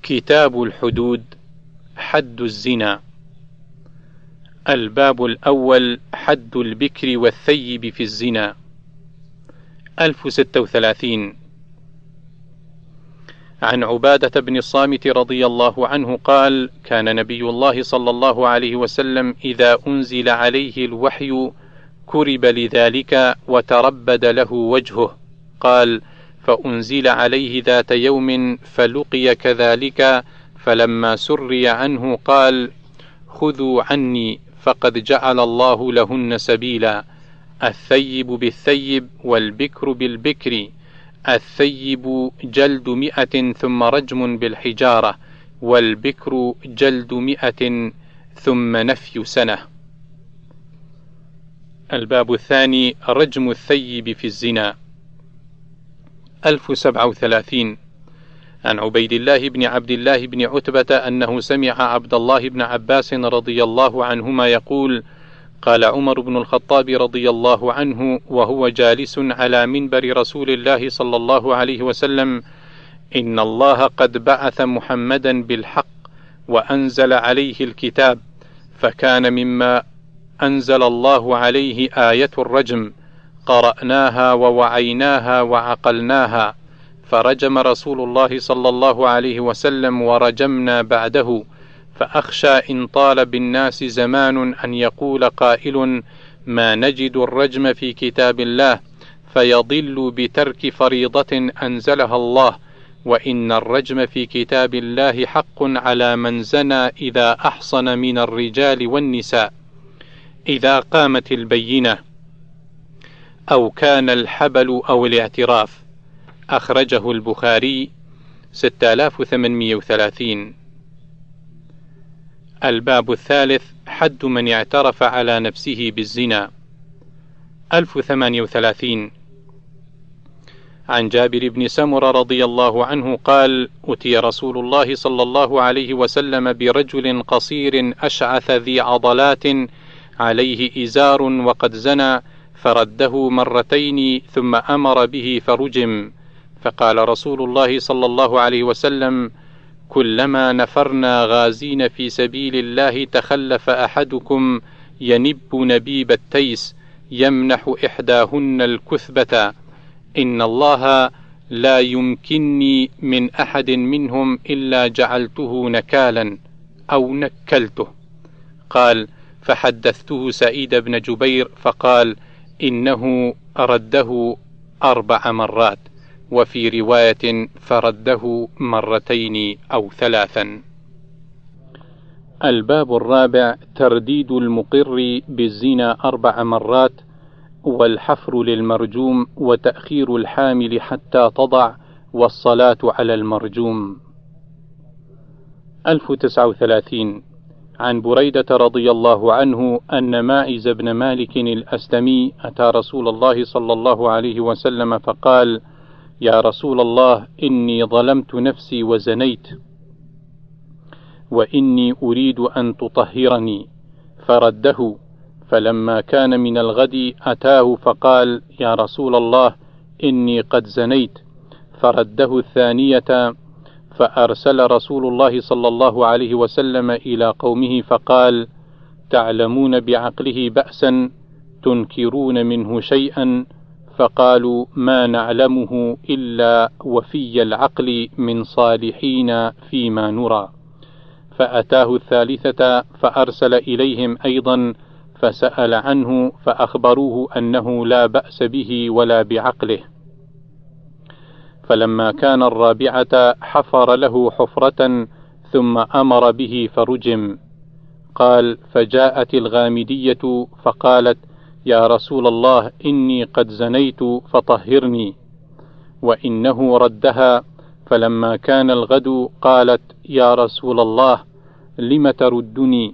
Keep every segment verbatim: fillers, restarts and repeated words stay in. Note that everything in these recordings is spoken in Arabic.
كتاب الحدود. حد الزنا. الباب الأول: حد البكر والثيب في الزنا. ألف وستة وثلاثين. عن عبادة بن الصامت رضي الله عنه قال: كان نبي الله صلى الله عليه وسلم إذا أنزل عليه الوحي كرب لذلك وتربد له وجهه. قال: فأنزل عليه ذات يوم فلقي كذلك، فلما سري عنه قال: خذوا عني فقد جعل الله لهن سبيلا، الثيب بالثيب والبكر بالبكر، الثيب جلد مئة ثم رجم بالحجارة، والبكر جلد مئة ثم نفي سنة. الباب الثاني: رجم الثيب في الزنا. ألف وسبعة وثلاثين. عن عبيد الله بن عبد الله بن عتبة أنه سمع عبد الله بن عباس رضي الله عنهما يقول: قال عمر بن الخطاب رضي الله عنه وهو جالس على منبر رسول الله صلى الله عليه وسلم: إن الله قد بعث محمدا بالحق وأنزل عليه الكتاب، فكان مما أنزل الله عليه آية الرجم، قرأناها ووعيناها وعقلناها، فرجم رسول الله صلى الله عليه وسلم ورجمنا بعده، فأخشى إن طال بالناس زمان أن يقول قائل: ما نجد الرجم في كتاب الله، فيضل بترك فريضة أنزلها الله، وإن الرجم في كتاب الله حق على من زنى إذا أحصن من الرجال والنساء، إذا قامت البينة أو كان الحبل أو الاعتراف. أخرجه البخاري. ستة آلاف وثمانمائة وثلاثين. الباب الثالث: حد من اعترف على نفسه بالزنا. ألف وثمانية وثلاثين. عن جابر بن سمرة رضي الله عنه قال: أتي رسول الله صلى الله عليه وسلم برجل قصير أشعث ذي عضلات عليه إزار وقد زنى، فرده مرتين ثم أمر به فرجم. فقال رسول الله صلى الله عليه وسلم: كلما نفرنا غازين في سبيل الله تخلف أحدكم ينب نبيب التيس يمنح إحداهن الكثبة، إن الله لا يمكنني من أحد منهم إلا جعلته نكالا أو نكلته. قال: فحدثته سعيد بن جبير فقال: إنه رده أربع مرات، وفي رواية فرده مرتين أو ثلاثا. الباب الرابع: ترديد المقر بالزنا أربع مرات، والحفر للمرجوم، وتأخير الحامل حتى تضع، والصلاة على المرجوم. ألف وتسعة وثلاثين. عن بريدة رضي الله عنه أن ماعز بن مالك الأسلمي أتى رسول الله صلى الله عليه وسلم فقال: يا رسول الله، إني ظلمت نفسي وزنيت، وإني أريد أن تطهرني. فرده، فلما كان من الغد أتاه فقال: يا رسول الله، إني قد زنيت. فرده الثانية، فأرسل رسول الله صلى الله عليه وسلم إلى قومه فقال: تعلمون بعقله بأسا تنكرون منه شيئا؟ فقالوا: ما نعلمه إلا وفي العقل من صالحين فيما نرى. فأتاه الثالثة فأرسل إليهم أيضا فسأل عنه، فأخبروه أنه لا بأس به ولا بعقله. فلما كان الرابعة حفر له حفرة ثم أمر به فرجم. قال: فجاءت الغامدية فقالت: يا رسول الله، إني قد زنيت فطهرني. وإنه ردها، فلما كان الغد قالت: يا رسول الله، لم تردني؟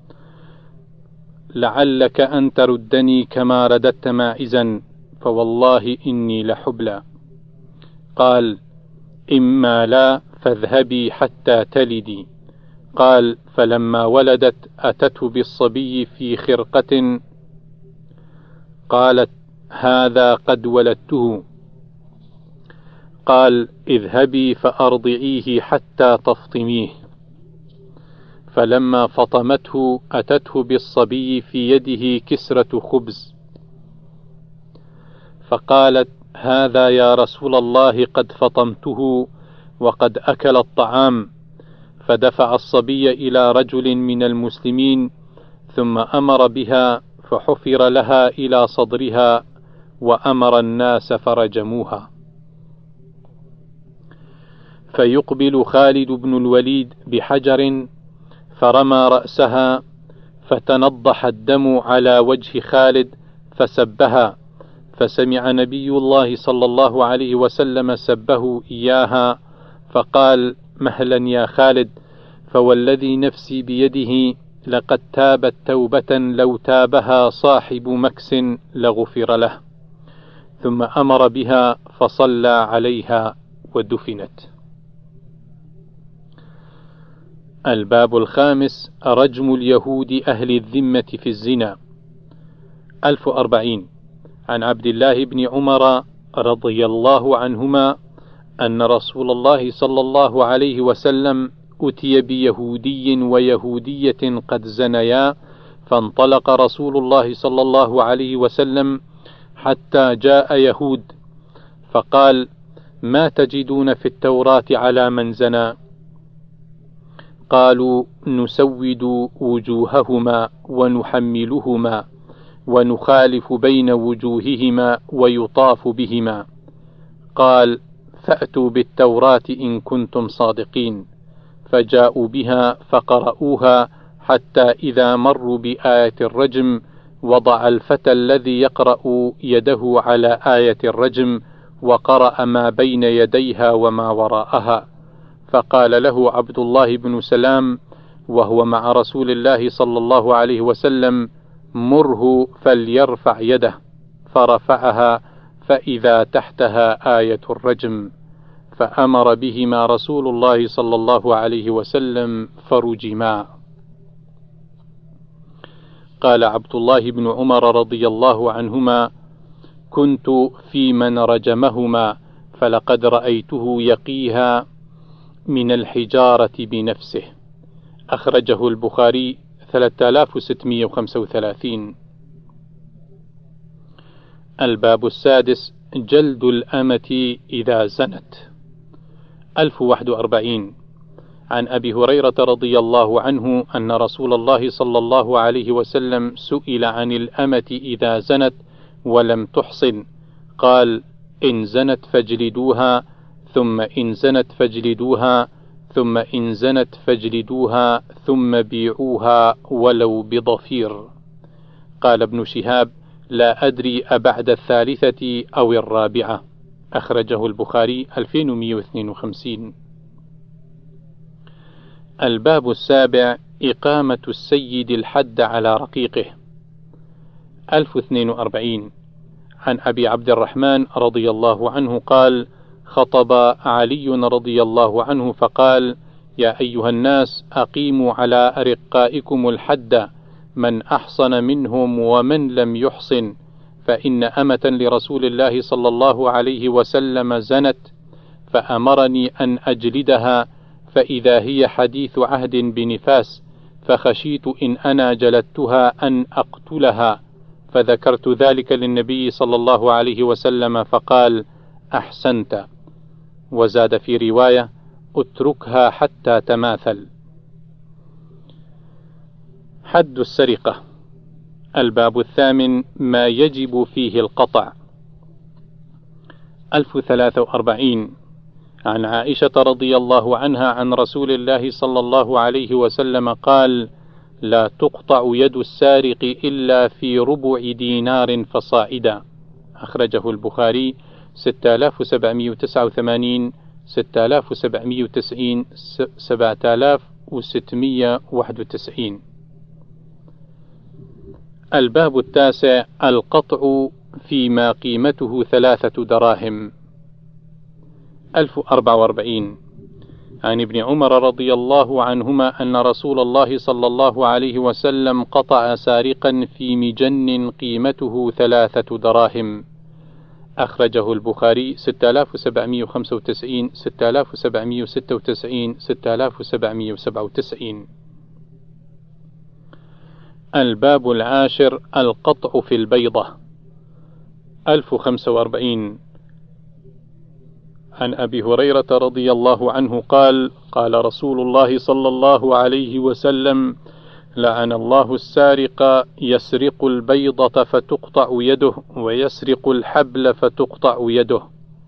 لعلك أن تردني كما رددت ماعزا، فوالله إني لحبلى. قال: إما لا، فاذهبي حتى تلدي. قال: فلما ولدت أتته بالصبي في خرقة، قالت: هذا قد ولدته. فقال: اذهبي فأرضعيه حتى تفطميه. فلما فطمته أتته بالصبي في يده كسرة خبز، فقالت: هذا يا رسول الله قد فطمته وقد أكل الطعام. فدفع الصبي إلى رجل من المسلمين، ثم أمر بها فحفر لها إلى صدرها، وأمر الناس فرجموها. فيقبل خالد بن الوليد بحجر فرمى رأسها، فتنضح الدم على وجه خالد فسبها، فسمع نبي الله صلى الله عليه وسلم سبه إياها، فقال: مهلا يا خالد، فوالذي نفسي بيده لقد تابت توبة لو تابها صاحب مكس لغفر له. ثم أمر بها فصلى عليها ودفنت. الباب الخامس: رجم اليهود أهل الذمة في الزنا. ألف وأربعين. عن عبد الله بن عمر رضي الله عنهما أن رسول الله صلى الله عليه وسلم أتي بيهودي ويهودية قد زنيا، فانطلق رسول الله صلى الله عليه وسلم حتى جاء يهود، فقال: ما تجدون في التوراة على من زنى؟ قالوا: نسود وجوههما ونحملهما ونخالف بين وجوههما ويطاف بهما. قال: فأتوا بالتوراة إن كنتم صادقين. فجاءوا بها فقرؤوها، حتى إذا مروا بآية الرجم وضع الفتى الذي يقرأ يده على آية الرجم، وقرأ ما بين يديها وما وراءها. فقال له عبد الله بن سلام وهو مع رسول الله صلى الله عليه وسلم: مره فليرفع يده. فرفعها، فإذا تحتها آية الرجم، فأمر بهما رسول الله صلى الله عليه وسلم فرجما. قال عبد الله بن عمر رضي الله عنهما: كنت في من رجمهما، فلقد رأيته يقيها من الحجارة بنفسه. أخرجه البخاري ثلاثة آلاف وستمائة وخمسة وثلاثين. الباب السادس: جلد الأمة إذا زنت. ألف وواحد وأربعين. عن أبي هريرة رضي الله عنه أن رسول الله صلى الله عليه وسلم سئل عن الأمة إذا زنت ولم تحصن، قال: إن زنت فاجلدوها، ثم إن زنت فاجلدوها، ثم إن زنت فاجلدوها، ثم بيعوها ولو بضفير. قال ابن شهاب: لا أدري أبعد الثالثة أو الرابعة. أخرجه البخاري ألفين ومائة واثنين وخمسين. الباب السابع: إقامة السيد الحد على رقيقه. ألف واثنين وأربعين. عن أبي عبد الرحمن رضي الله عنه قال: خطب علي رضي الله عنه فقال: يا أيها الناس، أقيموا على أرقائكم الحد، من أحصن منهم ومن لم يحصن، فإن أمة لرسول الله صلى الله عليه وسلم زنت، فأمرني أن أجلدها، فإذا هي حديث عهد بنفاس، فخشيت إن أنا جلدتها أن أقتلها، فذكرت ذلك للنبي صلى الله عليه وسلم فقال: أحسنت. وزاد في رواية: اتركها حتى تماثل. حد السرقة. الباب الثامن: ما يجب فيه القطع. ألف وثلاثة وأربعين. عن عائشة رضي الله عنها عن رسول الله صلى الله عليه وسلم قال: لا تقطع يد السارق إلا في ربع دينار فصاعدا. أخرجه البخاري ستة آلاف وسبعمائة وتسعة وثمانين، ستة آلاف وسبعمائة وتسعين، سبعة آلاف وستمائة وواحد وتسعين. الباب التاسع: القطع فيما قيمته ثلاثة دراهم. ألف وأربعة وأربعين. عن ابن عمر رضي الله عنهما أن رسول الله صلى الله عليه وسلم قطع سارقا في مجن قيمته ثلاثة دراهم. أخرجه البخاري ستة آلاف وسبعمائة وخمسة وتسعين، ستة آلاف وسبعمائة وستة وتسعين، ستة آلاف وسبعمائة وسبعة وتسعين. الباب العاشر: القطع في البيضة. ألف وخمسة وأربعين. عن أبي هريرة رضي الله عنه قال: قال رسول الله صلى الله عليه وسلم: لعن الله السارق يسرق البيضة فتقطع يده، ويسرق الحبل فتقطع يده.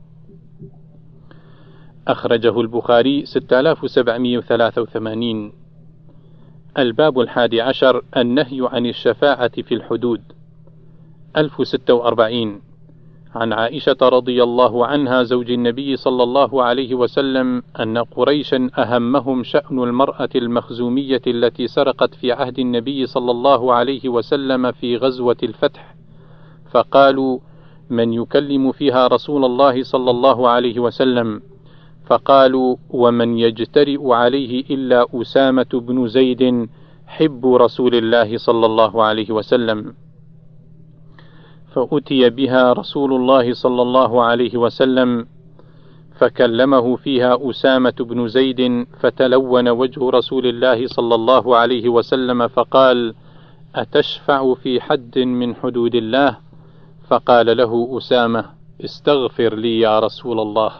أخرجه البخاري ستة آلاف وسبعمائة وثلاثة وثمانين. الباب الحادي عشر: النهي عن الشفاعة في الحدود. ألف وستة وأربعين. عن عائشة رضي الله عنها زوج النبي صلى الله عليه وسلم أن قريشا أهمهم شأن المرأة المخزومية التي سرقت في عهد النبي صلى الله عليه وسلم في غزوة الفتح، فقالوا: من يكلم فيها رسول الله صلى الله عليه وسلم؟ فقالوا: ومن يجترئ عليه إلا أسامة بن زيد حب رسول الله صلى الله عليه وسلم. فأتي بها رسول الله صلى الله عليه وسلم فكلمه فيها أسامة بن زيد، فتلون وجه رسول الله صلى الله عليه وسلم فقال: أتشفع في حد من حدود الله؟ فقال له أسامة: استغفر لي يا رسول الله.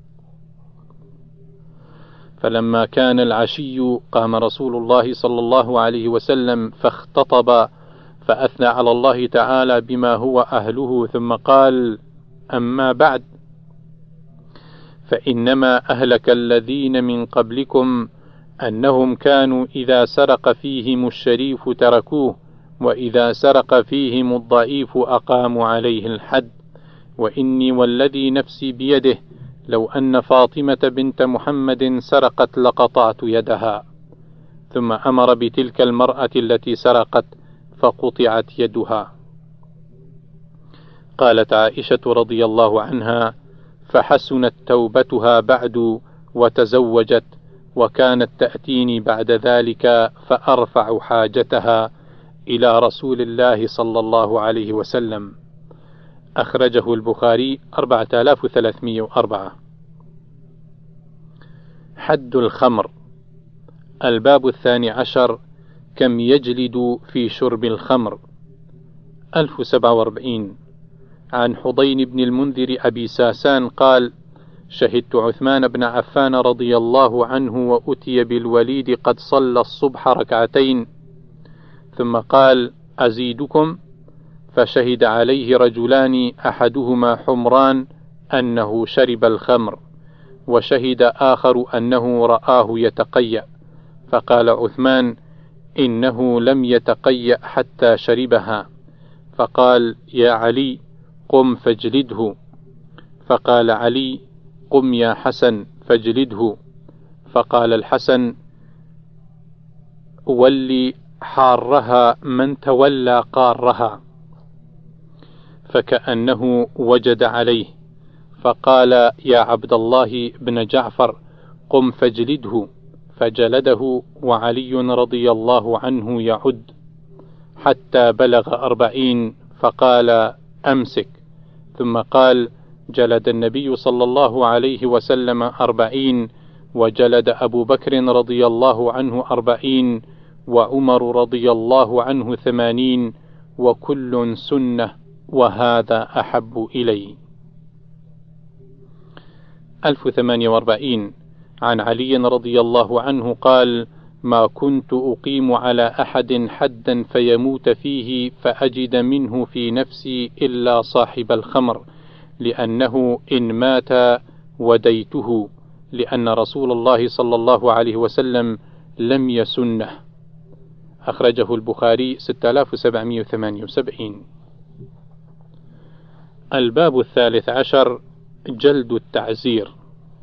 فلما كان العشي قام رسول الله صلى الله عليه وسلم فاختطب، فأثنى على الله تعالى بما هو أهله، ثم قال: أما بعد، فإنما أهلك الذين من قبلكم أنهم كانوا إذا سرق فيهم الشريف تركوه، وإذا سرق فيهم الضعيف أقاموا عليه الحد. وإني والذي نفسي بيده لو أن فاطمة بنت محمد سرقت لقطعت يدها. ثم أمر بتلك المرأة التي سرقت فقطعت يدها. قالت عائشة رضي الله عنها: فحسنت توبتها بعد وتزوجت، وكانت تأتيني بعد ذلك فأرفع حاجتها إلى رسول الله صلى الله عليه وسلم. أخرجه البخاري أربعة آلاف وثلاثمائة وأربعة. حد الخمر. الباب الثاني عشر: كم يجلد في شرب الخمر. ألف وسبعة وأربعين. عن حضين بن المنذر أبي ساسان قال: شهدت عثمان بن عفان رضي الله عنه وأتي بالوليد قد صلى الصبح ركعتين، ثم قال: أزيدكم؟ فشهد عليه رجلان أحدهما حمران أنه شرب الخمر، وشهد آخر أنه رآه يتقيأ، فقال عثمان: إنه لم يتقيأ حتى شربها. فقال: يا علي قم فاجلده. فقال علي: قم يا حسن فاجلده. فقال الحسن: ولي حارها من تولى قارها. فكأنه وجد عليه، فقال: يا عبد الله بن جعفر قم فاجلده. فجلده، وعلي رضي الله عنه يعد حتى بلغ أربعين، فقال: أمسك. ثم قال: جلد النبي صلى الله عليه وسلم أربعين، وجلد أبو بكر رضي الله عنه أربعين، وعمر رضي الله عنه ثمانين، وكل سنة، وهذا أحب إلي. ألف وثمانية وأربعين. عن علي رضي الله عنه قال: ما كنت أقيم على أحد حدا فيموت فيه فأجد منه في نفسي إلا صاحب الخمر، لأنه إن مات وديته، لأن رسول الله صلى الله عليه وسلم لم يسنه. أخرجه البخاري ستة آلاف وسبعمائة وثمانية وسبعين. الباب الثالث عشر: جلد التعزير.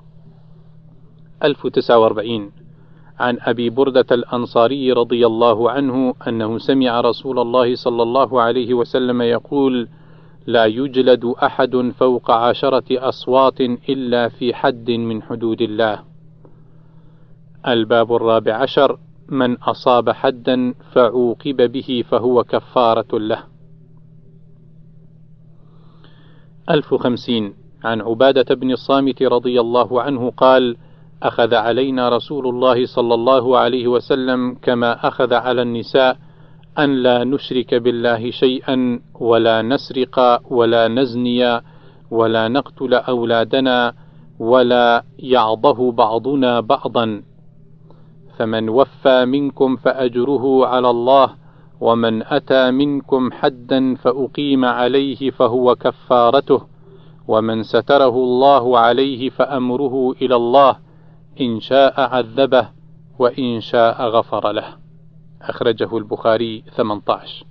ألف وتسعة وأربعين. عن أبي بردة الأنصاري رضي الله عنه أنه سمع رسول الله صلى الله عليه وسلم يقول: لا يجلد أحد فوق عشرة أصوات إلا في حد من حدود الله. الباب الرابع عشر: من أصاب حدا فعوقب به فهو كفارة له. ألف وخمسين. عن عبادة بن الصامت رضي الله عنه قال: أخذ علينا رسول الله صلى الله عليه وسلم كما أخذ على النساء أن لا نشرك بالله شيئا، ولا نسرق، ولا نزني، ولا نقتل أولادنا، ولا يعضه بعضنا بعضا. فمن وفى منكم فأجره على الله، ومن أتى منكم حدا فأقيم عليه فهو كفارته، ومن ستره الله عليه فأمره إلى الله، إن شاء عذبه وإن شاء غفر له. أخرجه البخاري ثمانية عشر.